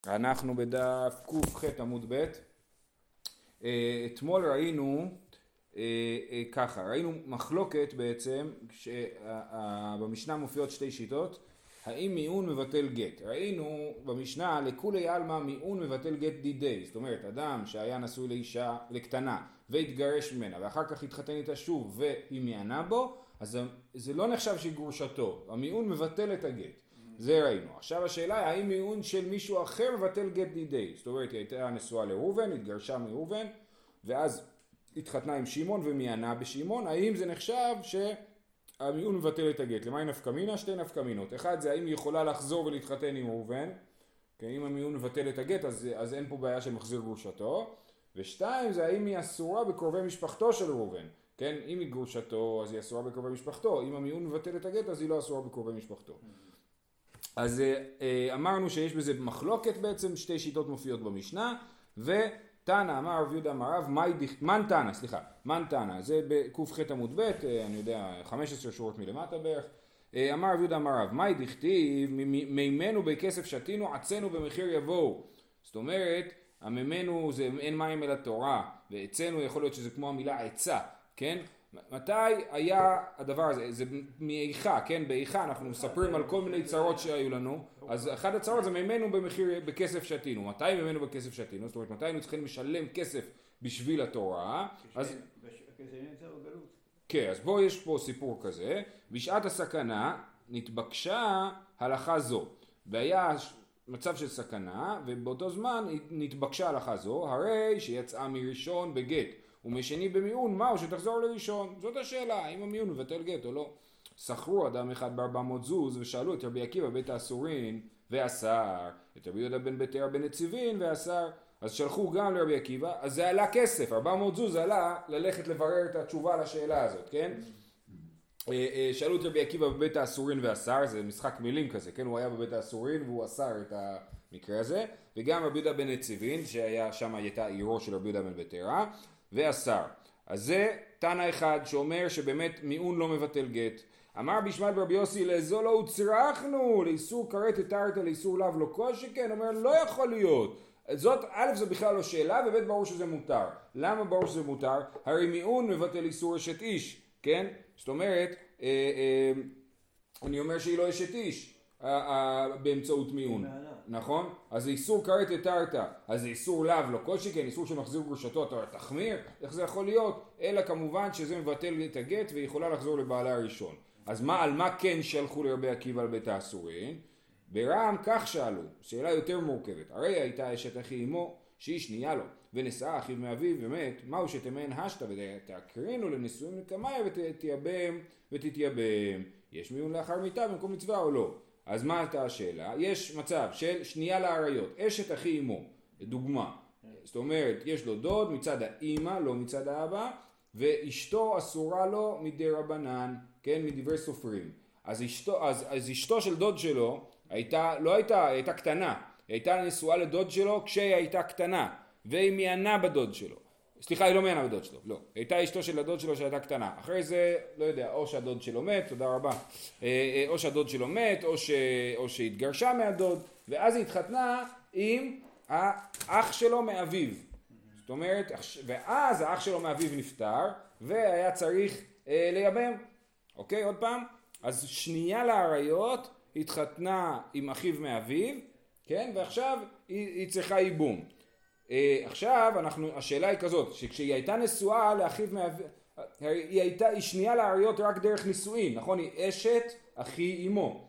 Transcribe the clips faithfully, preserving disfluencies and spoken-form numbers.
אנחנו בדף ק"ח עמוד ב'. אתמול ראינו ככה, ראינו מחלוקת בעצם, במשנה מופיעות שתי שיטות, האם מיעון מבטל גט. ראינו במשנה לכולי עלמא מיעון מבטל גט דידי, זאת אומרת אדם שהיה נשוי לאישה לקטנה והתגרש ממנה ואחר כך התחתן איתה שוב והיא מיינה בו, אז זה לא נחשב שגרושתו, המיעון מבטל את הגט. זה ראינו. עכשיו השאלה היא האם מיעון של מישהו אחר מבטל גט דידי, זאת אומרת היא הייתה נשואה לראובן, התגרשה מראובן ואז התחתנה עם שמעון ומיינה בשמעון, האם זה נחשב שהמיעון מבטל את הגט? למה היא נפקא מינה? שתי נפקא מינות. אחד זה האם היא יכולה לחזור ולהתחתן עם ראובן, כי אם המיעון מבטל את הגט אז, אז אין פה בעיה של מחזיר גרושתו, ושתיים זה האם היא אסורה בקרובי משפחתו של ראובן, כן? אם היא גרושתו אז היא אסורה בקרובי משפחתו, אם המיעון מבטל את הגט אז היא לא אסורה בקרובי משפחתו. אז אמרנו שיש בזה מחלוקת בעצם, שתי שיטות מופיעות במשנה, ותנא אמר רב יהודה אמר רב, מן תנא, סליחה, מן תנא, זה בק"ח עמוד ב', אני יודע, חמש עשרה שורות מלמטה בערך, אמר רב יהודה אמר רב, מאי דכתיב, מימנו בכסף שתינו, עצנו במחיר יבואו. זאת אומרת, הממנו זה אין מים אל התורה, ועצנו יכול להיות שזה כמו המילה עצה, כן? מתי היה הדבר הזה? זה מאיכה, כן? באיכה אנחנו מספרים על כל מיני צרות שהיו לנו, אז אחד הצרות זה מימנו במחיר, בכסף שתינו. מתי מימנו בכסף שתינו? זאת אומרת, מתי היינו צריכים לשלם כסף בשביל התורה? אז... כן, אז בוא יש פה סיפור כזה. בשעת הסכנה נתבקשה הלכה זו, והיה מצב של סכנה, ובאותו זמן נתבקשה הלכה זו, הרי שיצאה מראשון בגט. ומשני במיעון, מהו שתחזור לראשון? זאת השאלה, האם המיעון מבטל גט או לא. שכרו אדם אחד בארבע מאות זוז ושאלו את רבי עקיבא בית האסורין ואסר, את רבי יהודה בן בתרא בן נציבין ואסר, אז שלחו גם לרבי עקיבא, אז זה עלה כסף, ארבע מאות זוז עלה ללכת לברר את התשובה לשאלה הזאת, כן? שאלו את רבי עקיבא בבית האסורין ואסר, זה משחק מילים כזה, כן? הוא היה בבית האסורין והוא אסר את המקרה הזה, וגם רבי יהודה בן נציבין, שהיה שם הייתה עירו של רבי יהודה בן בתרא, ואסר. אז זה תנא אחד שאומר שבאמת מיעון לא מבטל גט. אמר בישמעאל ברבי יוסי, לאזו לא הוצרכנו, לאיסור כרת התרת, לאיסור לאו לא כל שכן, אומר לא יכול להיות. זאת, א' זה בכלל לא שאלה, וב' ברור שזה מותר. למה ברור שזה מותר? הרי מיעון מבטל איסור אשת איש, כן? זאת אומרת, אה, אה, אני אומר שהיא לא אשת איש אה, אה, באמצעות מיעון. נכון? אז זה איסור כרת התרת, אז זה איסור לאו לא כל שכן, איסור שמחזיר גרושתו, אתה תחמיר, איך זה יכול להיות? אלא כמובן שזה מבטל את הגט והיא יכולה לחזור לבעלה הראשון. אז מה, על מה כן שלחו לרבי עקיבא על בית האסורין? ברעם כך שאלו, שאלה יותר מורכבת, הרי הייתה אשת אחי אמו שהיא שנייה לו, ונשאה אחיו מאביו ומת, מהו שתמן השתה ותקרינו לנישואים לקמאי ותתייבם ותתייבם, יש מיעון לאחר מיתה במקום מצווה או לא? אז מה הייתה השאלה? יש מצב של שנייה לעריות, אשת אחי אמו, דוגמה. זאת אומרת, יש לו דוד מצד האמא, לא מצד האבא, ואשתו אסורה לו מדי רבנן, כן, מדברי סופרים. אז אשתו, אז, אז אשתו של דוד שלו הייתה, לא הייתה, הייתה קטנה, היא הייתה נשואה לדוד שלו כשהיא הייתה קטנה, והיא מיינה בדוד שלו. סליחה, היא לא מיינה בדוד שלו, לא. הייתה אשתו של הדוד שלו שהייתה קטנה. אחרי זה, לא יודע, או שהדוד שלו מת, תודה רבה, או שהדוד שלו מת, או, ש... או שהתגרשה מהדוד, ואז היא התחתנה עם האח שלו מאביו. זאת אומרת, ואז האח שלו מאביו נפטר, והיה צריך אה, לייבם. אוקיי, עוד פעם? אז שנייה לעריות התחתנה עם אחיו מאביו, כן? ועכשיו היא, היא צריכה ייבום. Uh, עכשיו אנחנו, השאלה היא כזאת, שכשהיא הייתה נשואה לאחיו מאביו, היא הייתה, היא שנייה לעריות רק דרך נישואין, נכון? היא אשת אחי אמו.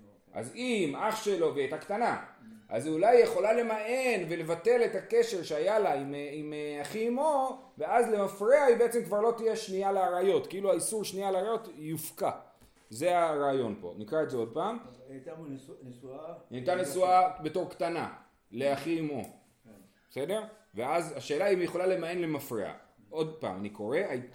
אז אם אח שלו והיא הייתה קטנה, אז אולי היא יכולה למען ולבטל את הקשר שהיה לה עם, עם אחי אמו, ואז למפרע היא בעצם כבר לא תהיה שנייה לעריות, כאילו האיסור שנייה לעריות יופקע. זה הרעיון פה. נקרא את זה עוד פעם. היא הייתה נשואה? היא הייתה נשואה בתור קטנה, לאחי אמו. בסדר? ואז השאלה היא אם היא יכולה למען למפרע. עוד פעם, אני קורא,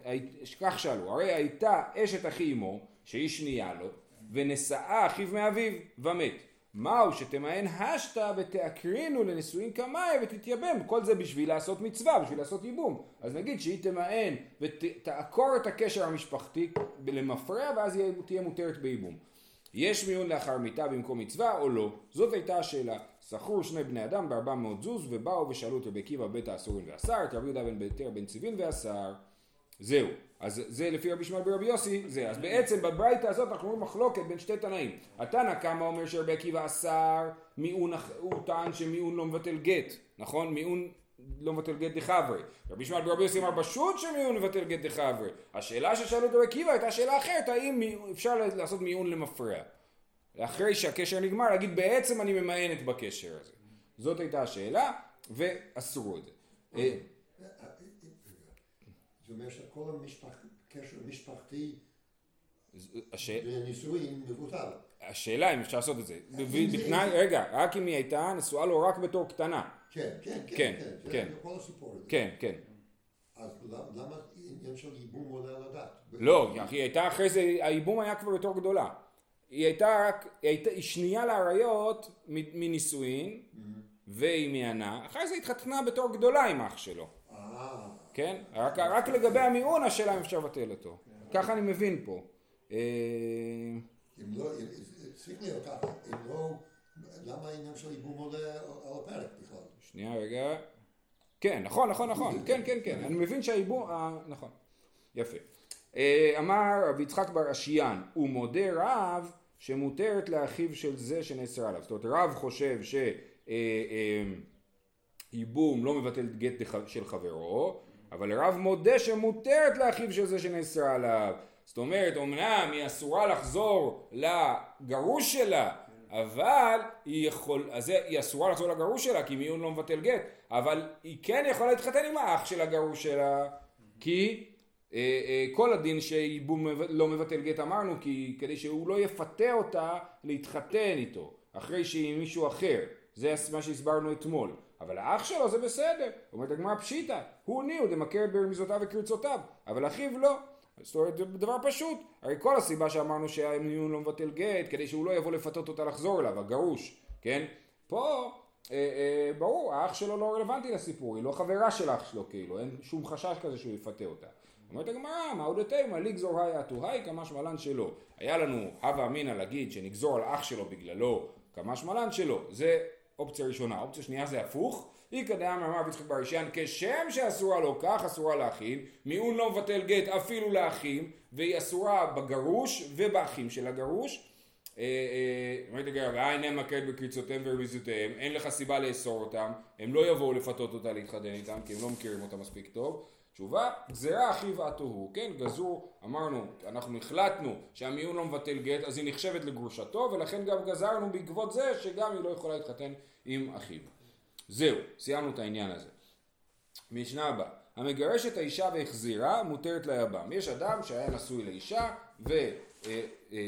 כך שאלו, הרי הייתה אשת אחי אמו, שהיא שנייה לו, ונשאה אחיו מאביו ומת. מהו שתמען השתה ותעקרינו לנישואין קמאי ותתייבם. כל זה בשביל לעשות מצווה, בשביל לעשות ייבום. אז נגיד שהיא תמען ותעקור את הקשר המשפחתי למפרע, ואז היא תהיה מותרת בייבום. יש מיעון לאחר מיתה במקום מצווה או לא? זאת הייתה השאלה. שכרו שני בני אדם בארבע מאות זוז ובאו ושאלו את רבי עקיבא בית האסורים ואסר, את רבי יהודה בן ביתר בן ציבין ואסר. זהו, אז זה לפי רבי ישמעאל ברבי יוסי, זה. אז בעצם בברייתא הזאת אנחנו רואים מחלוקת בין שתי תנאים. התנא קמא אומר שרבי עקיבא אסר, מיעון, הוא טען שמיעון לא מבטל גט, נכון? מיעון לא מבטל גט דחברי. רבי ישמעאל ברבי יוסי אמר פשוט שמיעון מבטל גט דחברי. השאלה ששאלו את רבי עקיבא הייתה שאלה אחרת, האם אפשר לעשות מיעון למפרע? אחרי שהקשר נגמר, להגיד בעצם אני ממאנת בקשר הזה. זאת הייתה השאלה, ואסרו את זה. זה אומר שכל הקשר משפחתי לנישואין מבוטל. השאלה אם אפשר לעשות את זה. בתנאי, רגע, רק אם היא הייתה נשואה לו רק בתור קטנה. כן, כן, כן, כן. זה כל הסיפור הזה. כן, כן. אז למה עניין של ייבום עולה על הדת? לא, היא הייתה אחרי זה, הייבום היה כבר יותר גדולה. היא הייתה רק, היא שנייה לעריות מנישואין, והיא מיענה, אחרי זה התחתנה בתור גדולה עם אח שלו. כן? רק לגבי המיעון השאלה אם אפשר לבטל אותו. ככה אני מבין פה. אם לא, צריך להיות ככה, אם לא, למה העניין של ייבום עולה על הפרק בכלל? שנייה רגע. כן, נכון, נכון, נכון. כן, כן, כן. אני מבין שהייבום, נכון. יפה. אמר רבי יצחק בר אשיין, הוא מודה רב שמותרת לאחיו של זה שנאסר עליו. זאת אומרת, רב חושב שייבום לא מבטל גט של חברו, אבל רב מודה שמותרת לאחיו של זה שנאסר עליו. זאת אומרת, אמנם היא אסורה לחזור לגרוש שלה, אבל היא, יכול, אז היא אסורה לחזור לגרוש שלה, כי מיעון לא מבטל גט, אבל היא כן יכולה להתחתן עם האח של הגרוש שלה, כי אה, אה, כל הדין שייבום לא מבטל גט אמרנו, כי כדי שהוא לא יפתה אותה להתחתן איתו, אחרי שהיא עם מישהו אחר. זה מה שהסברנו אתמול. אבל האח שלו זה בסדר. אומרת הגמרא פשיטא, הוא עני, הוא דמכר ברמיזותיו וקריצותיו, אבל אחיו לא. זאת אומרת, זה דבר פשוט. הרי כל הסיבה שאמרנו שהמיעון לא מבטל גט, כדי שהוא לא יבוא לפתות אותה לחזור אליו, הגרוש, כן? פה, אה, אה, ברור, האח שלו לא רלוונטי לסיפור, היא לא חברה של האח שלו, כאילו, אין שום חשש כזה שהוא יפתה אותה. אומרת הגמרא, מה עוד יותר, מה לגזור היה תוהי כמה שמלן שלו. היה לנו הווה אמינא להגיד שנגזור על אח שלו בגללו כמה שמלן שלו, זה אופציה ראשונה. אופציה שנייה זה הפוך. היא כדאם אמר רבי יצחק בר אשיין, כשם שאסורה לו כך אסורה לאחים, מיעון לא מבטל גט אפילו לאחים, והיא אסורה בגרוש ובאחים של הגרוש. אומרת הגמרא, והאין הם מכרת בקריצותיהם ורמיזותיהם, אין לך סיבה לאסור אותם, הם לא יבואו לפתות אותה להתחתן איתם, כי הם לא מכירים אותם מספיק טוב. תשובה, גזירה אחיו עתוהו, כן, גזור, אמרנו, אנחנו החלטנו שהמיעון לא מבטל גט, אז היא נחשבת לגרושתו, ולכן גם גזרנו בעקבות זה שגם היא לא יכולה להתחתן עם אחיו. זהו, סיימנו את העניין הזה. משנה הבאה, המגרש את האישה והחזירה מותרת ליבם. יש אדם שהיה נשוי לאישה, ו, אה, אה,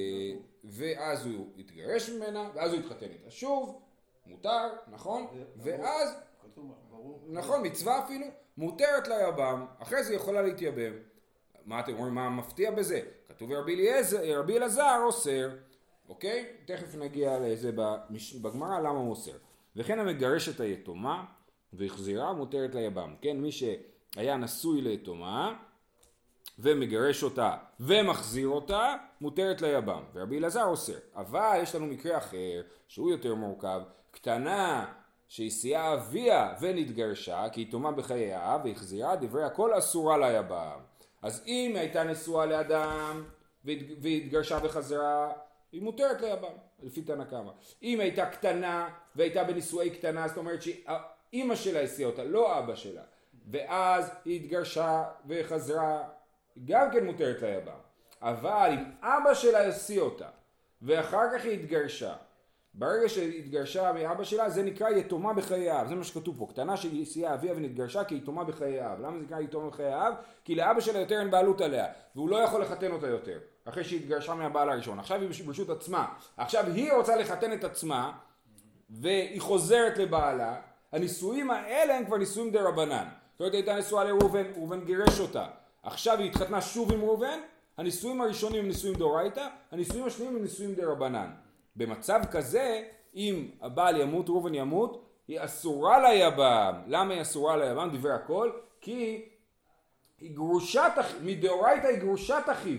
ואז הוא התגרש ממנה, ואז הוא התחתן איתה שוב, מותר, נכון? ואז, נכון, מצווה אפילו, מותרת ליבם, אחרי זה יכולה להתייבם. מה אתם אומרים, מה מפתיע בזה? כתוב רבי אלעזר אוסר, אוקיי? תכף נגיע לזה בגמרא, למה הוא אוסר. וכן המגרש את היתומה והחזירה מותרת ליבם. כן, מי שהיה נשוי ליתומה ומגרש אותה ומחזיר אותה, מותרת ליבם. ורבי אלעזר אוסר. אבל יש לנו מקרה אחר שהוא יותר מורכב, קטנה שהיא סייעה אביה ונתגרשה, כי היא תומה בחייה והחזירה, דברי הכל אסורה ליבם. אז אם הייתה נשואה לאדם והתגרשה וחזרה, היא מותרת ליבם, לפי תנא קמא. אם הייתה קטנה והייתה בנישואי קטנה, זאת אומרת שאמא שלה הסיעה אותה, לא אבא שלה, ואז היא התגרשה וחזרה, גם כן מותרת ליבם. אבל אם אבא שלה הסיע אותה ואחר כך היא התגרשה, ברגע שהתגרשה מאבא שלה, זה נקרא יתומה בחיי האב. זה מה שכתוב פה, קטנה שהסיעה אביה ונתגרשה כי יתומה בחיי האב. למה זה נקרא יתומה בחיי האב? כי לאבא שלה יותר אין בעלות עליה, והוא לא יכול לחתן אותה יותר, אחרי שהיא התגרשה מהבעל הראשון. עכשיו היא ברשות עצמה. עכשיו היא רוצה לחתן את עצמה, והיא חוזרת לבעלה. הנישואים האלה הם כבר נישואים דה רבנן. זאת אומרת, הייתה נשואה לראובן, ראובן גירש אותה. עכשיו היא התחתנה שוב עם ראובן, הנישואים הראשונים הם נישואים דאורייתא, הנישואים השניים הם נישואים דה רבנן. במצב כזה, אם הבעל ימות, ראובן ימות, היא אסורה ליבם. למה היא אסורה ליבם? דברי הכל, כי היא גרושת אחיו, מדאורייתא היא גרושת אחיו.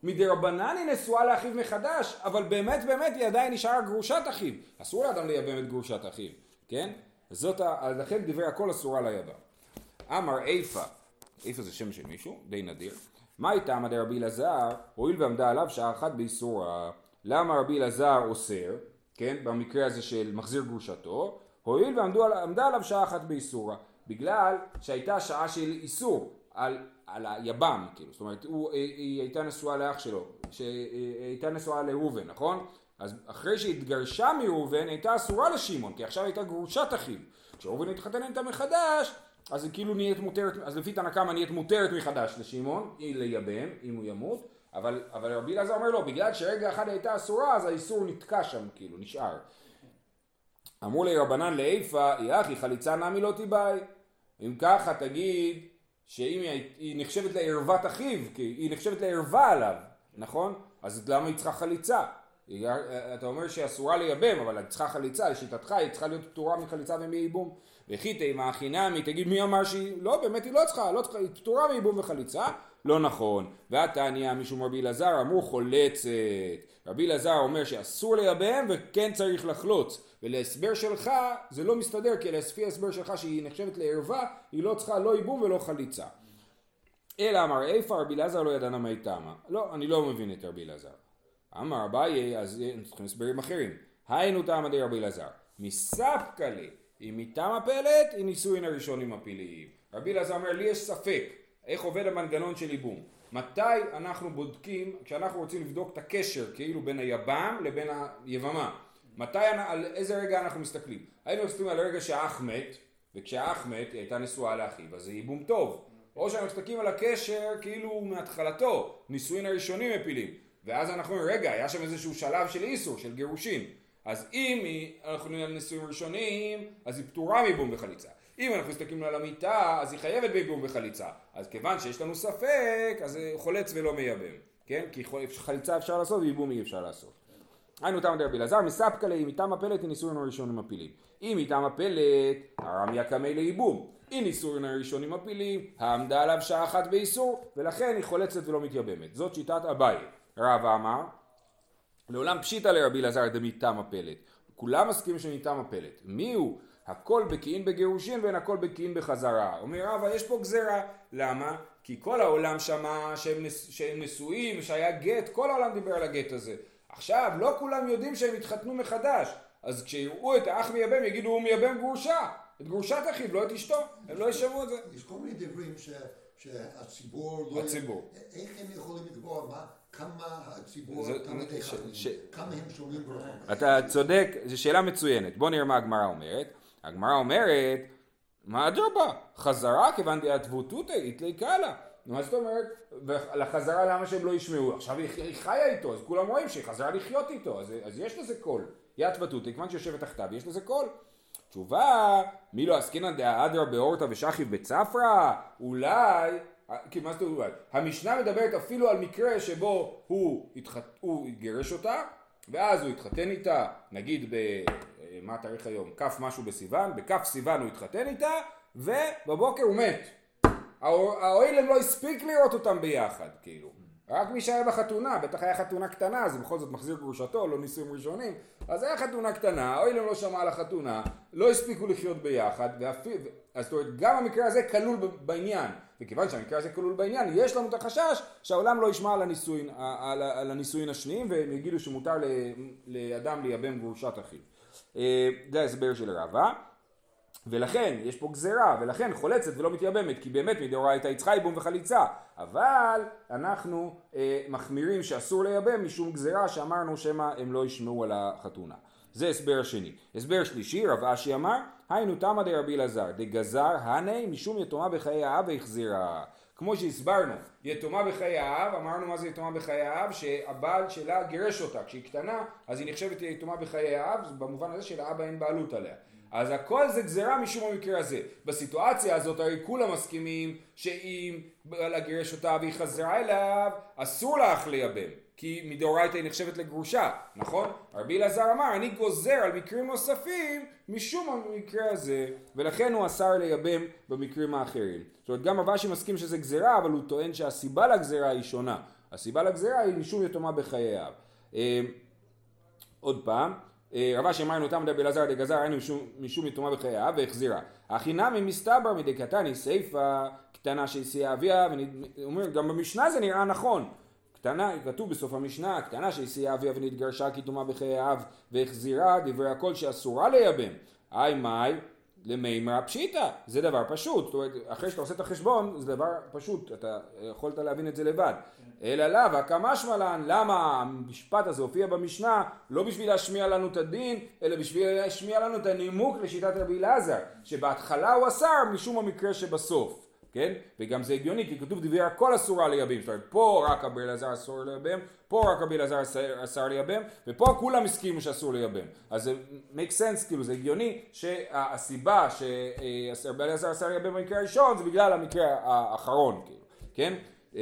מדי רבנן היא נשואה לאחיו מחדש, אבל באמת באמת היא עדיין נשארה גרושת אחיו. אסור לאדם לייבם את גרושת אחיו, כן? זאת ה... לכן דברי הכל אסורה לייבם. אמר איפה, איפה זה שם של מישהו, די נדיר. מה הייתה עמד רבי אלעזר, הואיל ועמדה עליו שעה אחת באיסורה, למה רבי אלעזר אוסר, כן, במקרה הזה של מחזיר גרושתו, הואיל ועמדה עליו שעה אחת באיסורה, בגלל שהייתה שעה של איסור על, על היבם, כאילו, זאת אומרת, הוא, היא הייתה נשואה לאח שלו, שהיא הייתה נשואה לראובן, נכון? אז אחרי שהתגרשה מראובן, הייתה אסורה לשמעון, כי עכשיו הייתה גרושת אחיו. כשראובן התחתן איתה מחדש, אז היא כאילו נהיית מותרת, אז לפי תנא קמא נהיית מותרת מחדש לשמעון, היא לייבם, אם הוא ימות, אבל, אבל רבי אלעזר אומר לו, בגלל שרגע אחד הייתה אסורה, אז האיסור נתקע שם, כאילו, נשאר. אמרו לי רבנן לאיפה, היא אחי חליצה נמי לא תיבאי. אם ככה תגיד שאם היא, היא נחשבת לערוות אחיו, כי היא נחשבת לערווה עליו, נכון? אז למה היא צריכה חליצה? היא, אתה אומר שאסורה לייבם, אבל היא צריכה חליצה, לשיטתך היא צריכה להיות פטורה מחליצה ומייבום. וחיתי מה הכי נמי, תגיד מי אמר שהיא, לא, באמת היא לא צריכה, לא צריכה, היא פטורה מייבום וחליצה. לא נכון. והתניא משום רבי אלעזר אמרו חולצת. רבי אלעזר אומר שאסור לייבם וכן צריך לחלוץ. ולהסבר שלך זה לא מסתדר, כי לפי ההסבר שלך שהיא נחשבת לערווה, היא לא צריכה לא ייבום ולא חליצה. אלא אמר איפה רבי אלעזר לא ידענה מה איתמה. לא, אני לא מבין את רבי אלעזר. אמר אביי, אז צריכים הסברים אחרים. היינו טעם עדי רבי אלעזר. מספקא לי, אם איתם הפלט, היא נישואין הראשונים הפליליים. רבי אלעזר אומר, לי יש ספק. איך עובד המנגנון של ייבום? מתי אנחנו בודקים, כשאנחנו רוצים לבדוק את הקשר כאילו בין היבם לבין היבמה, מתי, על איזה רגע אנחנו מסתכלים? היינו מסתכלים על הרגע שהאח מת, וכשהאח מת היא הייתה נשואה לאחיו, אז זה ייבום טוב. או שאנחנו מסתכלים על הקשר כאילו מהתחלתו, נישואין הראשונים מפילים, ואז אנחנו אומרים, רגע, היה שם איזשהו שלב של איסור, של גירושין. אז אם אנחנו נראה על נישואין ראשונים, אז היא פטורה מייבום וחליצה. אם אנחנו מסתכלים על המיטה, אז היא חייבת בייבום וחליצה. אז כיוון שיש לנו ספק, אז זה חולץ ולא מייבם. כן? כי חליצה אפשר לעשות וייבום אי אפשר לעשות. היינו טעם דרבי אלעזר, מספקא לי, אם איתם הפלט היא נישואין הראשונים מפילים. אם איתם הפלט, הרם יקמי לייבום. אם נישואין הראשונים מפילים, העמדה עליו שעה אחת באיסור, ולכן היא חולצת ולא מתייבמת. זאת שיטת אביי. רב אמר, לעולם פשיטא לרבי אלעזר דמיתם הפלט. כולם מסכימים שמיתם הפלט. מי הוא? הכל בקיין בגירושין ואין הכל בקיין בחזרה. אומר רבא, יש פה גזרה. למה? כי כל העולם שמע שהם, נס... שהם נשואים, שהיה גט, כל העולם דיבר על הגט הזה. עכשיו, לא כולם יודעים שהם התחתנו מחדש. אז כשיראו את האח מייבם, יגידו, הוא מייבם גרושה. את גרושת אחיו, לא את אשתו. הם לא ישמעו את זה. יש כל מיני דברים ש... שהציבור לא... הציבור. איך הם יכולים לקבוע מה... כמה הציבור, כמה תחתנים, כמה הם שומעים ברחוב. אתה צודק, זו שאלה מצוינת. בוא נראה מה הגמרא אומרת. הגמרא אומרת, מה אדרבה? חזרה כיוון דאתבותותא איתלי קאלה. מה זאת אומרת? ולחזרה למה שהם לא ישמעו? עכשיו היא חיה איתו, אז כולם רואים שהיא חזרה לחיות איתו, אז, אז יש לזה קול. יתבותותא, כיוון שיושבת תחתיו, יש לזה קול. תשובה, מי לא עסקינן דאדרבה באורתא ושכיב בצפרא? אולי... כי מה זאת אומרת? המשנה מדברת אפילו על מקרה שבו הוא, התחת... הוא התגרש אותה, ואז הוא התחתן איתה, נגיד ב... מה התאריך היום? כף משהו בסיוון, בכף סיוון הוא התחתן איתה, ובבוקר הוא מת. האוהלם לא הספיק לראות אותם ביחד, כאילו. רק מי שהיה בחתונה, בטח היה חתונה קטנה, אז בכל זאת מחזיר גרושתו, לא נישואים ראשונים, אז היה חתונה קטנה, האוהלם לא שמע על החתונה, לא הספיקו לחיות ביחד, ואפילו, אז זאת אומרת, גם המקרה הזה כלול בעניין, וכיוון שהמקרה הזה כלול בעניין, יש לנו את החשש שהעולם לא ישמע על הנישואין, על, על הנישואין השניים, והם יגידו שמותר לאדם לייבם גרושת אחיו. זה ההסבר של רבא, ולכן יש פה גזרה, ולכן חולצת ולא מתייבמת, כי באמת מדאורייתא היא צריכה ייבום וחליצה, אבל אנחנו אה, מחמירים שאסור לייבם משום גזרה שאמרנו שמה הם לא ישמעו על החתונה. זה הסבר שני. הסבר שלישי, רב אשי אמר, היינו תמא דרבי אלעזר, דגזר הני משום יתומה בחיי האב והחזירה. כמו שהסברנו, יתומה בחיי האב, אמרנו מה זה יתומה בחיי האב, שהבעל שלה גירש אותה, כשהיא קטנה, אז היא נחשבת יתומה בחיי האב, במובן הזה שלאבא אין בעלות עליה. אז הכל זה גזרה משום המקרה הזה. בסיטואציה הזאת הרי כולם מסכימים שאם בעלה גירש אותה והיא חזרה אליו, אסור לך לייבם, כי מדאורייתא היא נחשבת לגרושה, נכון? רבי אלעזר אמר, אני גוזר על מקרים נוספים משום המקרה הזה, ולכן הוא אסר לייבם במקרים האחרים. זאת אומרת, גם רב אשי מסכים שזה גזרה, אבל הוא טוען שהסיבה לגזרה היא שונה. הסיבה לגזירה היא משום יתומה בחיי אב. עוד פעם, רב אשי אמרנו אותם דרבי אלעזר דגזר היינו משום, משום יתומה בחיי אב והחזירה. הכי נמי מסתבר מדקתני סיפה קטנה שהסיעה אביה, ואומר גם במשנה זה נראה נכון. קטנה, כתוב בסוף המשנה, קטנה שהסיעה אביה ונתגרשה כתומה בחיי אב והחזירה דברי הכל שאסורה לייבם. אי מאי למימרה פשיטה, זה דבר פשוט, זאת אומרת, אחרי שאתה עושה את החשבון, זה דבר פשוט, אתה יכולת להבין את זה לבד. אלא לאו, כמה שמלן, למה המשפט הזה הופיע במשנה, לא בשביל להשמיע לנו את הדין, אלא בשביל להשמיע לנו את הנימוק לשיטת רבי אלעזר, שבהתחלה הוא אסר משום המקרה שבסוף. כן? וגם זה הגיוני, כי כתוב דברי הכל אסורה לייבם, זאת אומרת, פה רק רבי אלעזר אסור לייבם, פה רק רבי אלעזר אסר לייבם, ופה כולם הסכימו שאסור לייבם. אז זה make sense, כאילו, זה הגיוני שהסיבה שרבי אלעזר אסר לייבם במקרה הראשון, זה בגלל המקרה האחרון, כאילו, כן?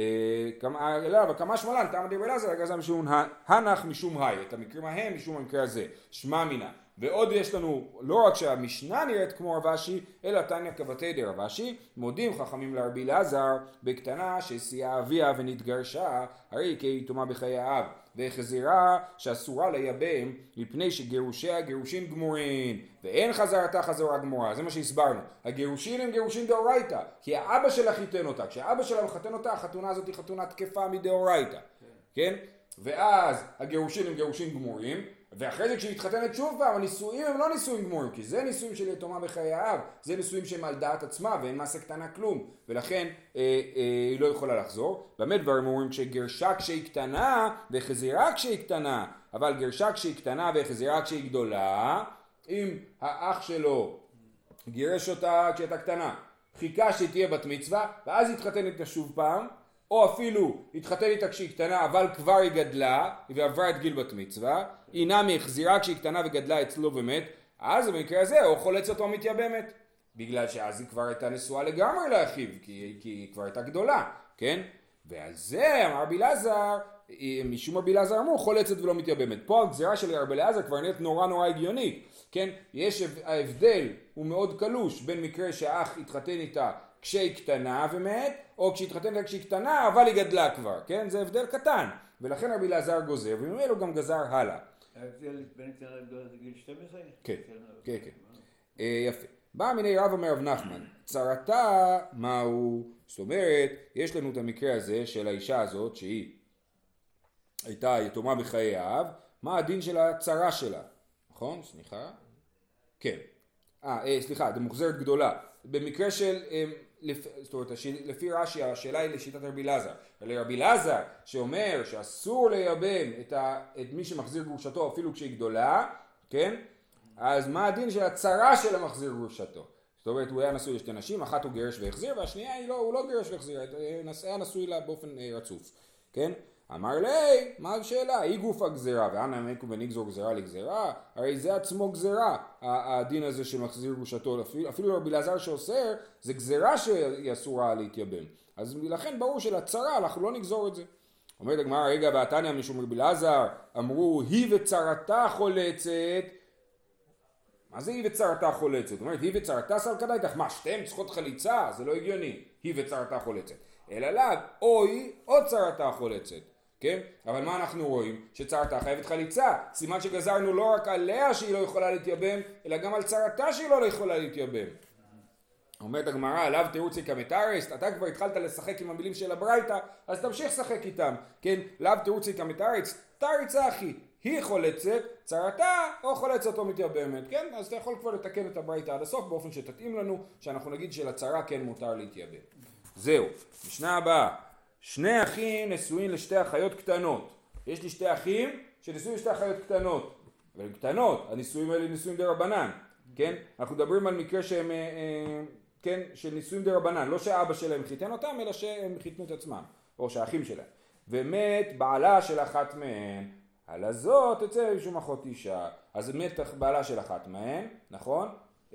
אלא, וכמה שמלן, טעם דרבי אלעזר, הגזם משום הנח משום היי, את המקרים ההם משום המקרה הזה, שמע מינה. ועוד יש לנו, לא רק שהמשנה נראית כמו רב אשי, אלא תניא כבתי דרב אשי, מודים חכמים לרבי אלעזר בקטנה שסייעה אביה ונתגרשה, הרי כיתומה בחיי האב, והחזירה שאסורה לייבם מפני שגירושיה גירושין גמורים, ואין חזרתה חזרה גמורה, זה מה שהסברנו. הגירושין הם גירושין דאורייתא, כי האבא שלה חיתן אותה, כשהאבא שלה מחתן אותה, החתונה הזאת היא חתונה תקפה מדאורייתא, כן? ואז הגירושין הם גירושין גמורים, ואחרי זה כשהיא מתחתנת שוב פעם, הנישואים הם לא נישואים גמורים, כי זה נישואים של יתומה בחיי האב, זה נישואים שהם על דעת עצמה ואין מעשה קטנה כלום, ולכן אה, אה, היא לא יכולה לחזור. באמת דברים אומרים כשגרשה כשהיא קטנה וחזירה כשהיא קטנה, אבל גרשה כשהיא קטנה וחזירה כשהיא גדולה, אם האח שלו גירש אותה כשהייתה קטנה, חיכה שהיא תהיה בת מצווה, ואז התחתן איתה שוב פעם, או אפילו התחתן איתה כשהיא קטנה אבל כבר היא גדלה ועברה את גיל בת מצווה, היא נמי החזירה כשהיא קטנה וגדלה אצלו ומת, אז במקרה הזה הוא חולץ אותו מתייבמת, בגלל שאז היא כבר הייתה נשואה לגמרי לאחיו, כי, כי היא כבר הייתה גדולה, כן? ועל זה אמר רבי אלעזר, משום רבי אלעזר אמרו חולצת ולא מתייבמת. פה הגזירה של רבי אלעזר כבר נראית נורא נורא הגיונית, כן? יש ההבדל, הוא מאוד קלוש בין מקרה שהאח התחתן איתה כשהיא קטנה ומת, או כשהתחתן איתה כשהיא קטנה אבל היא גדלה כבר, כן? זה הבדל קטן, ולכן רבי אלעזר גוזר, וממילא גם גזר הלאה. ההבדל בין קטנה לגדולה זה גיל שתים עשרה? כן, כן, כן. יפה. בא מיני רב אומר רב נחמן, צרתה מהו? זאת אומרת, יש לנו את המקרה הזה של האישה הזאת שהיא הייתה יתומה בחיי האב, מה הדין של הצרה שלה? נכון? סליחה? כן. אה, סליחה, זה מוחזרת גדולה. במקרה של, זאת אומרת, לפי רש"י, השאלה היא לשיטת רבי אלעזר. לרבי אלעזר שאומר שאסור לייבם את, ה, את מי שמחזיר גרושתו אפילו כשהיא גדולה, כן? אז מה הדין של הצרה של המחזיר גרושתו? זאת אומרת, הוא היה נשוי לשתי נשים, אחת הוא גרש והחזיר, והשנייה היא לא, הוא לא גרש והחזיר, היה נשוי לה באופן רצוף, כן? אמר לי, מה השאלה? היא גוף הגזירה, ואנה מקו ונגזור גזירה לגזירה, הרי זה עצמו גזירה, הדין הזה שמחזיר גרושתו, אפילו, אפילו רבי אלעזר שאוסר, זה גזירה שהיא אסורה להתייבם. אז לכן ברור שלצרה אנחנו לא נגזור את זה. אומרת הגמרא, רגע, והתניא משום רבי אלעזר, אמרו, היא וצרתה חולצת, מה זה היא וצרתה חולצת? זאת אומרת, היא וצרתה סלקדה איתך, מה, שתיהם צריכות חליצה? זה לא הגיוני, היא וצרתה חולצת. אלא לאו, או היא או צרתה חולצת. כן? אבל מה אנחנו רואים? שצרתה חייבת חליצה. סימן שגזרנו לא רק עליה שהיא לא יכולה להתייבם, אלא גם על צרתה שהיא לא יכולה להתייבם. אומרת הגמרא, עליו תירוצי כמתארס, אתה כבר התחלת לשחק עם המילים של הברייתא, אז תמשיך לשחק איתם. כן? לאו תירוצי כמתארס, תריצה אחי, היא חולצת, צרתה או חולצת או מתייבמת. כן? אז אתה יכול כבר לתקן את הברייתא עד הסוף, באופן שתתאים לנו, שאנחנו נגיד שלצרה כן מותר להתייבם. זהו. משנה הבאה. שני אחים נשואים לשתי אחיות קטנות. יש לי שתי אחים שנשואים לשתי אחיות קטנות. אבל הן קטנות, הנישואים האלה נישואים דרבנן. כן? אנחנו מדברים על מקרה שהם, כן, של נישואים דרבנן. לא שאבא שלהם חיתן אותם, אלא שהם חיתנו את עצמם. או שהאחים שלהם. ומת בעלה של אחת מהן. על הזאת תצא משום אחות אישה. אז מת בעלה של אחת מהן, נכון?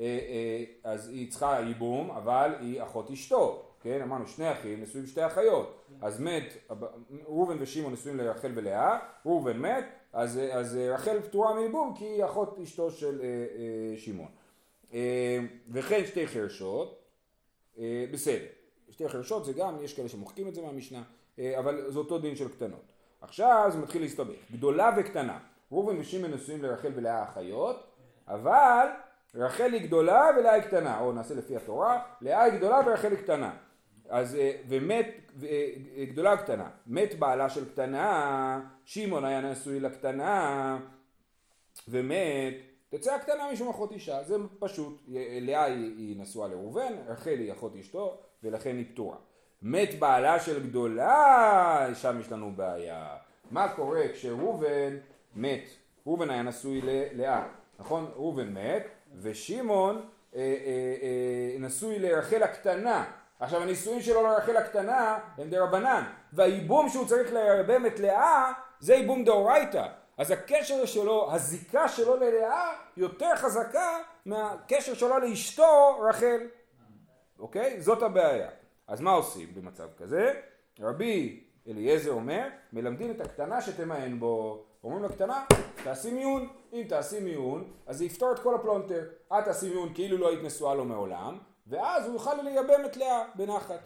אז היא צריכה ייבום, אבל היא אחות אשתו. כן, אמרנו שני אחים נשואים שתי אחיות, אז מת, ראובן ושמעון נשואים לרחל ולאה, ראובן מת, אז, אז רחל פטורה מייבום כי היא אחות אשתו של אה, אה, שמעון. אה, וכן שתי חרשות, אה, בסדר, שתי חרשות זה גם, יש כאלה שמוחקים את זה מהמשנה, אבל זה אותו דין של קטנות. עכשיו זה מתחיל להסתבך. גדולה וקטנה. ראובן ושמעון נשואים לרחל ולאה אחיות, אבל רחל היא גדולה ולאה היא קטנה. או נעשה לפי התורה, לאה היא גדולה ורחל היא קטנה. אז ומת, גדולה וקטנה. מת בעלה של קטנה, שמעון היה נשוי לקטנה, ומת, תצא הקטנה משום אחות אישה. זה פשוט. לאה היא נשואה לראובן, רחל היא אחות אשתו, ולכן היא פטורה. מת בעלה של גדולה, שם יש לנו בעיה. מה קורה כשראובן מת? ראובן היה נשוי ללאה, נכון? ראובן מת, ושמעון אה, אה, אה, נשוי לרחל הקטנה. עכשיו הנישואים שלו לרחל הקטנה הם דרבנן, והייבום שהוא צריך לייבם את לאה זה ייבום דאורייתא. אז הקשר שלו, הזיקה שלו ללאה יותר חזקה מהקשר שלו לאשתו רחל. אוקיי? זאת הבעיה. אז מה עושים במצב כזה? רבי אליעזר אומר, מלמדים את הקטנה שתמען בו. אומרים לקטנה, תעשי מיון. אם תעשי מיון, אז זה יפתור את כל הפלונטר. את תעשי מיון כאילו לא היית נשואה לו מעולם, ואז הוא יוכל לייבם את לאה בנחת.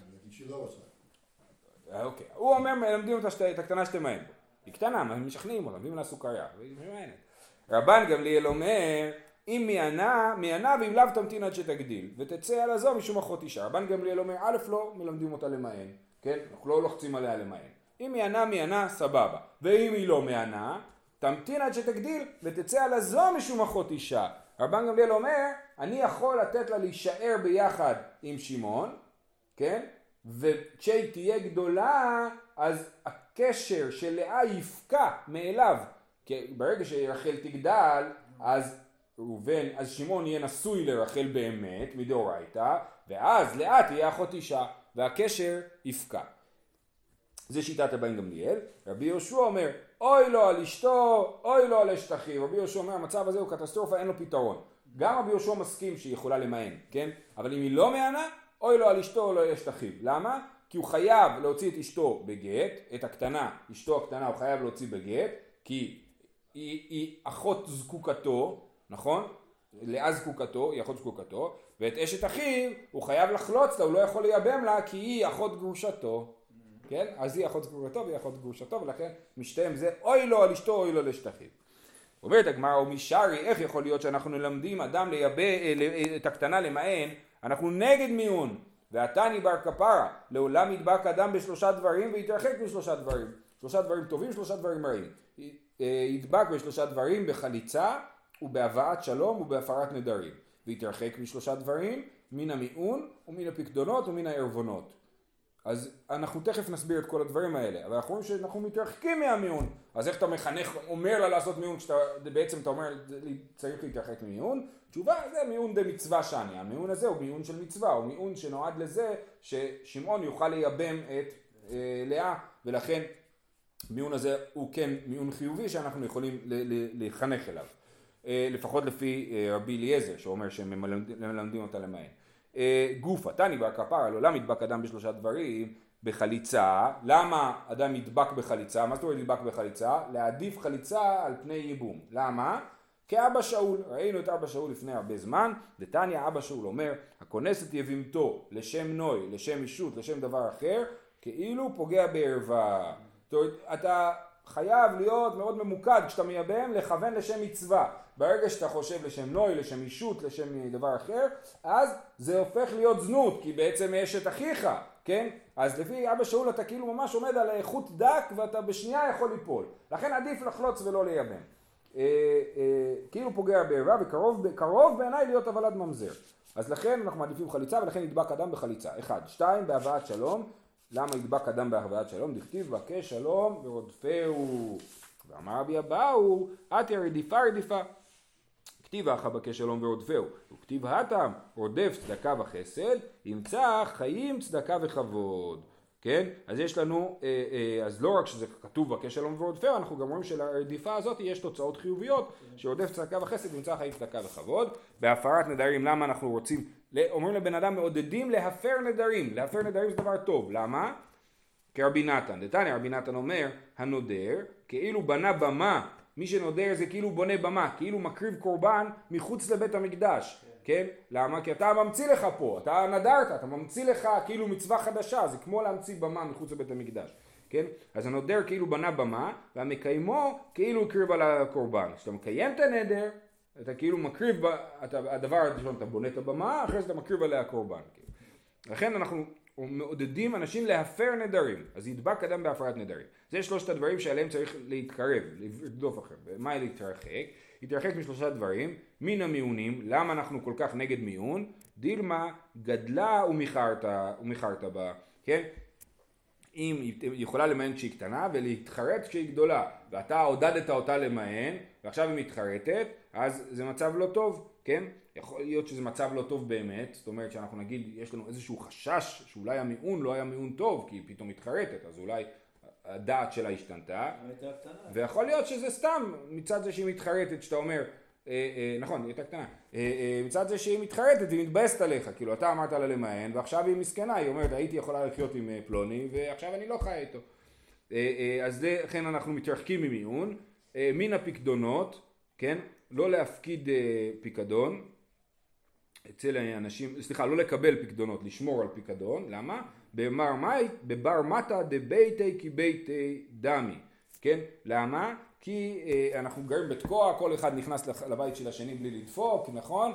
אוקיי. הוא אומר, מלמדים את הקטנה שתמען בו. היא קטנה, משכנעים אותה, מביאים לה סוכריה. רבן גמליאל אומר, אם מיענה, מיענה ואם לאו תמתין עד שתגדיל, ותצא על הזו משום אחות אישה. רבן גמליאל אומר, א' לא מלמדים אותה למען, כן? אנחנו לא לוחצים עליה למען. אם מיענה, מיענה, סבבה. ואם היא לא מיענה, תמתין עד שתגדיל, ותצא על הזו משום אחות אישה. רבן גמליאל אומר, אני יכול לתת לה להישאר ביחד עם שמעון, כן? וכשהיא תהיה גדולה, אז הקשר של לאה יפקע מאליו. כי ברגע שרחל תגדל, אז ראובן, אז שמעון יהיה נשוי לרחל באמת, מדאורייתא, ואז לאה תהיה אחות אישה, והקשר יפקע. זה שיטת רבן גמליאל. רבי יהושע אומר, אוי לו על אשתו, אוי לו על אשת אחיו. רבי יהושע אומר, המצב הזה הוא קטסטרופה, אין לו פתרון. גם רבי יהושע מסכים שהיא יכולה למען, כן? אבל אם היא לא מענה, אוי לו על אשתו, אוי לו על אשת אחיו. למה? כי הוא חייב להוציא את אשתו בגט, את הקטנה, אשתו הקטנה הוא חייב להוציא בגט, כי היא, היא אחות זקוקתו, נכון? לאה זקוקתו, היא אחות זקוקתו, ואת אשת אחיו הוא חייב לחלוץ לה, הוא לא יכול לייבם לה, כי היא אחות גרושתו. כן? אז היא אחות זקוקתו והיא אחות גרושתו, ולכן משתיהם זה אוי לו על אשתו, אוי לו לאשת אחיו. אומרת הגמרא, או משרי, איך יכול להיות שאנחנו מלמדים אדם לייבא את הקטנה למען, אנחנו נגד מיון, והתני בר כפרה, לעולם ידבק אדם בשלושה דברים ויתרחק בשלושה דברים. שלושה דברים טובים, שלושה דברים רעים. ידבק בשלושה דברים בחליצה ובהבאת שלום ובהפרת נדרים. ויתרחק בשלושה דברים מן המיון ומן הפקדונות ומן הערבונות. אז אנחנו תכף נסביר את כל הדברים האלה, אבל אנחנו רואים שאנחנו מתרחקים מהמיון. אז איך אתה מחנך, אומר לה לעשות מיון, כשאתה, בעצם אתה אומר צריך להתרחק ממיון? תשובה, זה מיון דה מצווה שני. המיון הזה הוא מיון של מצווה, הוא מיון שנועד לזה ששמעון יוכל לייבם את אה, לאה, ולכן מיון הזה הוא כן מיון חיובי שאנחנו יכולים לחנך אליו. אה, לפחות לפי אה, רבי אליעזר, שאומר שהם מלמדים אותה למען. גופה, תני בר כפרה, לעולם ידבק אדם בשלושה דברים, בחליצה. למה אדם ידבק בחליצה? מה זאת אומרת ידבק בחליצה? להעדיף חליצה על פני ייבום. למה? כאבא שאול, ראינו את אבא שאול לפני הרבה זמן, דתניא אבא שאול אומר, הכונס את יבימתו לשם נוי, לשם אישות, לשם דבר אחר, כאילו פוגע בערווה. אתה חייב להיות מאוד ממוקד כשאתה מייבם, לכוון לשם מצווה. ברגע שאתה חושב לשם נוי, לשם אישות, לשם דבר אחר, אז זה הופך להיות זנות, כי בעצם יש את אחיך, כן? אז לפי אבא שאול אתה כאילו ממש עומד על איכות דק, ואתה בשנייה יכול ליפול. לכן עדיף לחלוץ ולא לייבם. אה, אה, כאילו פוגע בערווה, וקרוב בעיניי להיות הוולד ממזר. אז לכן אנחנו מעדיפים חליצה, ולכן ידבק אדם בחליצה. אחד. שתיים, בהבאת שלום. למה ידבק אדם בהבאת שלום? דכתיב בקש שלום ורודפהו. ואמר רבי אבאו, עתי רדיפה רדיפה. כתיב אחא בקש שלום ורודפהו. וכתיב התם רודף צדקה וחסד, ימצא חיים צדקה וכבוד. כן? אז יש לנו, אה, אה, אז לא רק שזה כתוב בקש שלום ורודפהו, אנחנו גם רואים שלרדיפה הזאת יש תוצאות חיוביות, שרודף צדקה וחסד ימצא חיים צדקה וכבוד. בהפרת נדרים, למה אנחנו רוצים, אומרים לבן אדם מעודדים להפר נדרים, להפר נדרים זה דבר טוב, למה? כרבי נתן, דתניא רבי נתן אומר, הנודר כאילו בנה במה, מי שנודר זה כאילו בונה במה, כאילו מקריב קורבן מחוץ לבית המקדש, כן? למה? כי אתה ממציא לך פה, אתה נדרת, אתה ממציא לך כאילו מצווה חדשה, זה כמו להמציא במה מחוץ לבית המקדש. כן? אז הנודר כאילו בנה במה, והמקיימו כאילו הקריב על הקורבן. כשאתה מקיים את הנדר, אתה כאילו מקריב, אתה, הדבר הראשון, אתה בונה את הבמה, אחרי זה אתה מקריב עליה הקורבן. כן? לכן אנחנו מעודדים אנשים להפר נדרים, אז ידבק אדם בהפרת נדרים. זה שלושת הדברים שעליהם צריך להתקרב, לרדוף אחר. ומה להתרחק? להתרחק משלושה דברים, מן המיונים, למה אנחנו כל כך נגד מיון? דילמה גדלה ומחרת בה, כן? אם היא יכולה למען כשהיא קטנה ולהתחרט כשהיא גדולה, ואתה עודדת אותה למען, ועכשיו היא מתחרטת, אז זה מצב לא טוב, כן? יכול להיות שזה מצב לא טוב באמת, זאת אומרת שאנחנו נגיד, יש לנו איזשהו חשש שאולי המיעון לא היה מיעון טוב, כי היא פתאום מתחרטת, אז אולי הדעת שלה השתנתה, ויכול להיות שזה סתם מצד זה שהיא מתחרטת, שאתה אומר, אה, אה, נכון, היא הייתה קטנה, אה, אה, מצד זה שהיא מתחרטת והיא מתבאסת עליך, כאילו אתה אמרת לה למען, ועכשיו היא מסכנה, היא אומרת, הייתי יכולה לחיות עם פלוני, ועכשיו אני לא חיה איתו. אה, אה, אז לכן אנחנו מתרחקים ממיעון, אה, מן הפקדונות, כן? לא להפקיד אה, פיקדון, אצל אנשים, סליחה, לא לקבל פקדונות, לשמור על פיקדון, למה? בבר מטה דביתי כי ביתי דמי, כן? למה? כי אה, אנחנו גרים בתקוע, כל אחד נכנס לבית של השני בלי לדפוק, נכון?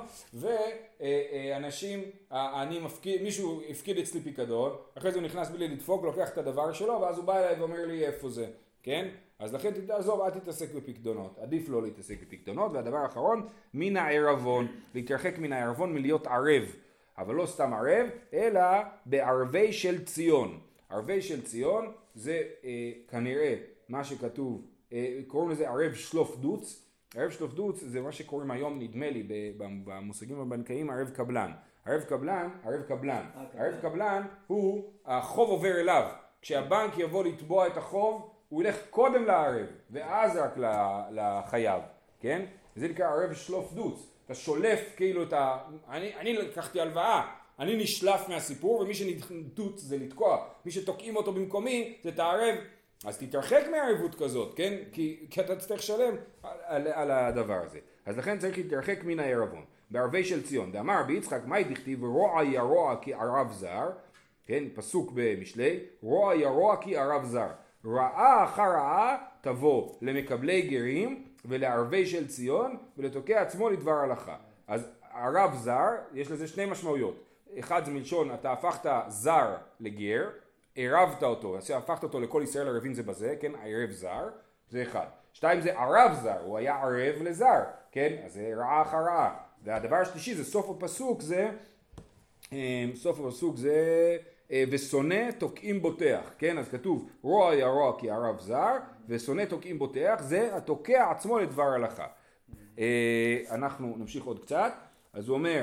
ואנשים, אה, אני מפקיד, מישהו הפקיד אצלי פיקדון, אחרי זה הוא נכנס בלי לדפוק, לוקח את הדבר שלו, ואז הוא בא אליי ואומר לי איפה זה, כן? אז לכן תעזוב, אל תתעסק בפקדונות, עדיף לא להתעסק בפקדונות. והדבר האחרון, מן הערבון, להתרחק מן הערבון מלהיות ערב, אבל לא סתם ערב, אלא בערבי של ציון. ערבי של ציון זה אה, כנראה מה שכתוב, אה, קוראים לזה ערב שלוף דוץ. ערב שלוף דוץ זה מה שקוראים היום, נדמה לי, במושגים הבנקאיים, ערב קבלן. ערב קבלן, ערב קבלן. ערב קבלן הוא, החוב עובר אליו. כשהבנק יבוא לתבוע את החוב, הוא ילך קודם לערב, ואז רק לחייב, כן? זה נקרא ערב שלוף דוץ. אתה שולף כאילו את ה... אני, אני לקחתי הלוואה, אני נשלף מהסיפור, ומי שנדוץ זה לתקוע. מי שתוקעים אותו במקומי זה תערב. אז תתרחק מהערבות כזאת, כן? כי, כי אתה צריך לשלם על, על, על הדבר הזה. אז לכן צריך להתרחק מן הערבון. בערבי של ציון, דאמר רבי יצחק, מה דכתיב רוע ירוע כי ערב זר, כן? פסוק במשלי, רוע ירוע כי ערב זר. רעה אחר רעה תבוא למקבלי גרים ולערבי של ציון ולתוקע עצמו לדבר הלכה. אז ערב זר, יש לזה שני משמעויות. אחד זה מלשון, אתה הפכת זר לגר, ערבת אותו, אז הפכת אותו לכל ישראל ערבים זה בזה, כן, ערב זר, זה אחד. שתיים זה ערב זר, הוא היה ערב לזר, כן, אז זה רעה אחר רעה. והדבר השלישי זה סוף הפסוק, זה, סוף הפסוק זה, ושונא תוקעים בוטח, כן, אז כתוב רוע ירוע כי ערב זר, ושונא תוקעים בוטח, זה התוקע עצמו לדבר הלכה. אנחנו נמשיך עוד קצת, אז הוא אומר,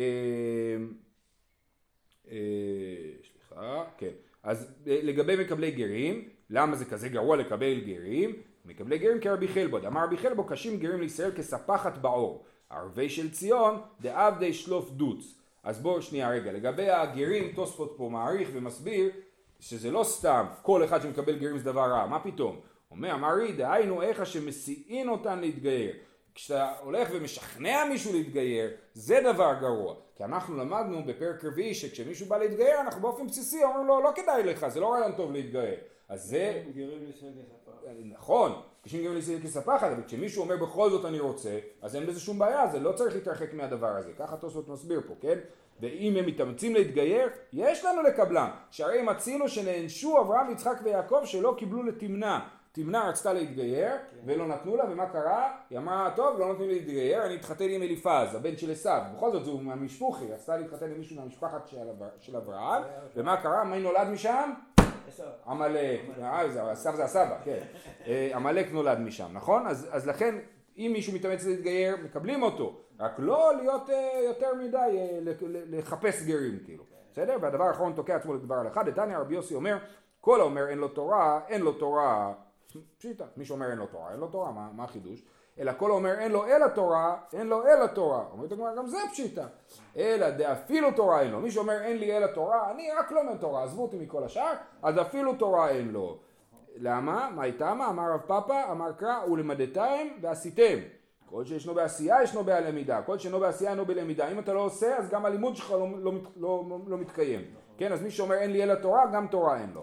סליחה, כן, אז לגבי מקבלי גרים, למה זה כזה גרוע לקבל גרים? מקבלי גרים כרבי חלבו, אמר רבי חלבו, קשים גרים לישראל כספחת בעור, ערבי של ציון דעבדי שלוף דוץ. אז בואו שנייה רגע, לגבי הגרים, תוספות פה מעריך ומסביר שזה לא סתם כל אחד שמקבל גרים זה דבר רע, מה פתאום? אומר, אמרי, דהיינו איך שמסיעין אותן להתגייר. כשאתה הולך ומשכנע מישהו להתגייר, זה דבר גרוע. כי אנחנו למדנו בפרק רביעי שכשמישהו בא להתגייר, אנחנו באופן בסיסי אומרים לו, לא כדאי לך, זה לא רעיון טוב להתגייר. אז זה... גרים לישראל כספחת. נכון, כשהם גרים לישראל כספחת, אבל כשמישהו אומר בכל זאת אני רוצה, אז אין בזה שום בעיה, זה לא צריך להתרחק מהדבר הזה. ככה תוספות מסביר פה, כן? ואם הם מתאמצים להתגייר, יש לנו לקבלם. שהרי הם הצילו שנענשו אברהם, יצחק ויעקב שלא קיבלו לתמנע. תמנע רצתה להתגייר ולא נתנו לה, ומה קרה? היא אמרה, טוב, לא נתנו לי להתגייר, אני התחתן עם אליפז, הבן של עשיו. בכל זאת זו מהמשפוחי, רצתה להתחתן עם מישהו מהמשפחת של אברהם, ומה קרה? מי נולד משם? עמלק. עשיו זה הסבא, כן. עמלק נולד משם, נכון? אז לכן, אם מישהו מתאמץ להתגייר, מקבלים אותו. רק לא להיות יותר מדי, לחפש גרים, כאילו. בסדר? והדבר האחרון תוקע עצמו לדבר הלכה. דתניא רבי יוסי אומר, כל האומר אין לו תורה, אין לו תורה, פשיטה, מי שאומר אין לו תורה, אין לו תורה, מה, מה החידוש? אלא כל האומר אין לו אלא תורה, אין לו אלא תורה, אומרת הגמרא גם זה פשיטה, אלא דאפילו תורה אין לו, מי שאומר אין לי אלא תורה, אני רק לא מתורה, עזבו אותי מכל השאר, אז אפילו תורה אין לו. למה? מה איתמה? אמר רב פאפא, אמר קרא ולמדתם ועשיתם. כל שישנו בעשייה ישנו בלמידה, כל שאינו בעשייה אינו בלמידה, אם אתה לא עושה אז גם הלימוד שלך לא, לא, לא, לא, לא מתקיים, כן? אז מי שאומר אין לי אלא תורה, גם תורה אין לו.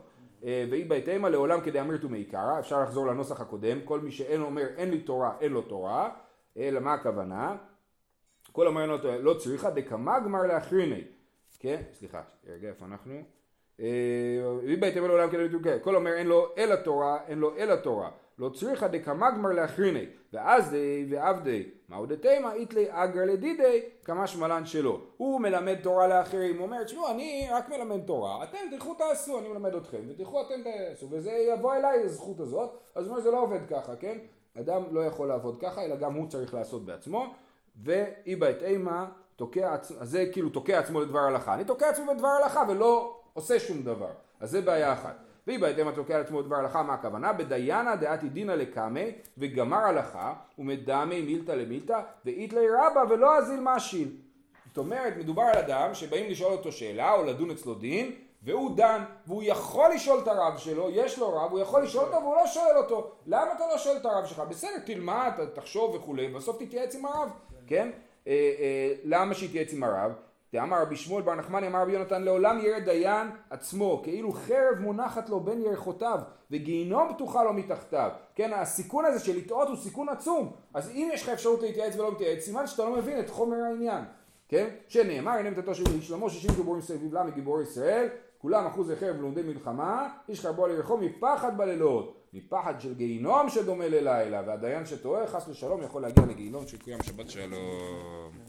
ואי בהתאמה לעולם כדאמרת ומעיקרא, אפשר לחזור לנוסח הקודם, כל מי שאין אומר אין לי תורה, אין לו תורה, אלא מה הכוונה? כל אומר לא, לא צריכה דקמה גמר לאחריני, כן? סליחה, רגע, איפה אנחנו? ואי בהתאמה לעולם כדאמרת ומעיקרא, כל אומר אין לו אלא תורה, אין לו אלא תורה, לא צריכה דקמה גמר לאחריני, ואז די ועבדי, מהו דתימה, איתלי אגר לדידי, כמה שמלן שלו. הוא מלמד תורה לאחרים, הוא אומר, תשמעו, אני רק מלמד תורה, אתם תלכו תעשו, אני מלמד אתכם, ותלכו אתם תעשו, וזה יבוא אליי הזכות הזאת, אז הוא אומר, זה לא עובד ככה, כן? אדם לא יכול לעבוד ככה, אלא גם הוא צריך לעשות בעצמו, ואי בהתאמה, תוקע, אז זה כאילו תוקע עצמו לדבר הלכה. אני תוקע עצמו לדבר הלכה ולא עושה שום דבר, אז זה בעיה אחת. ואי בהתאמה תוקע לעצמו דבר הלכה, מה הכוונה? בדיינה דעתי דינא לקמי וגמר הלכה ומדמי מילתא למילתא ואיתלי רבא ולא אזיל משיל. זאת אומרת, מדובר על אדם שבאים לשאול אותו שאלה או לדון אצלו דין והוא דן והוא יכול לשאול את הרב שלו, יש לו רב, הוא יכול לשאול אותו והוא לא שואל אותו. למה אתה לא שואל את הרב שלך? בסדר, תלמד, תחשוב וכולי, בסוף תתייעץ עם הרב, כן? אה, אה, למה שיתייעץ עם הרב? אמר רבי שמואל בר נחמני אמר רבי יונתן לעולם ירא דיין עצמו כאילו חרב מונחת לו בין ירחותיו וגיהינום פתוחה לו מתחתיו. כן, הסיכון הזה של לטעות הוא סיכון עצום, אז אם יש לך אפשרות להתייעץ ולא מתייעץ סימן שאתה לא מבין את חומר העניין, כן? שנאמר הנה עמדתו של שלמה שישים גיבורים סביב לה מגיבורי ישראל כולם אחוז חרב ולומדי מלחמה איש חרבו על ירחו מפחד בלילות מפחד של גיהינום שדומה ללילה והדיין שטועה חס ושלום יכול להגיע לגיהינום של קוים שבת שלום.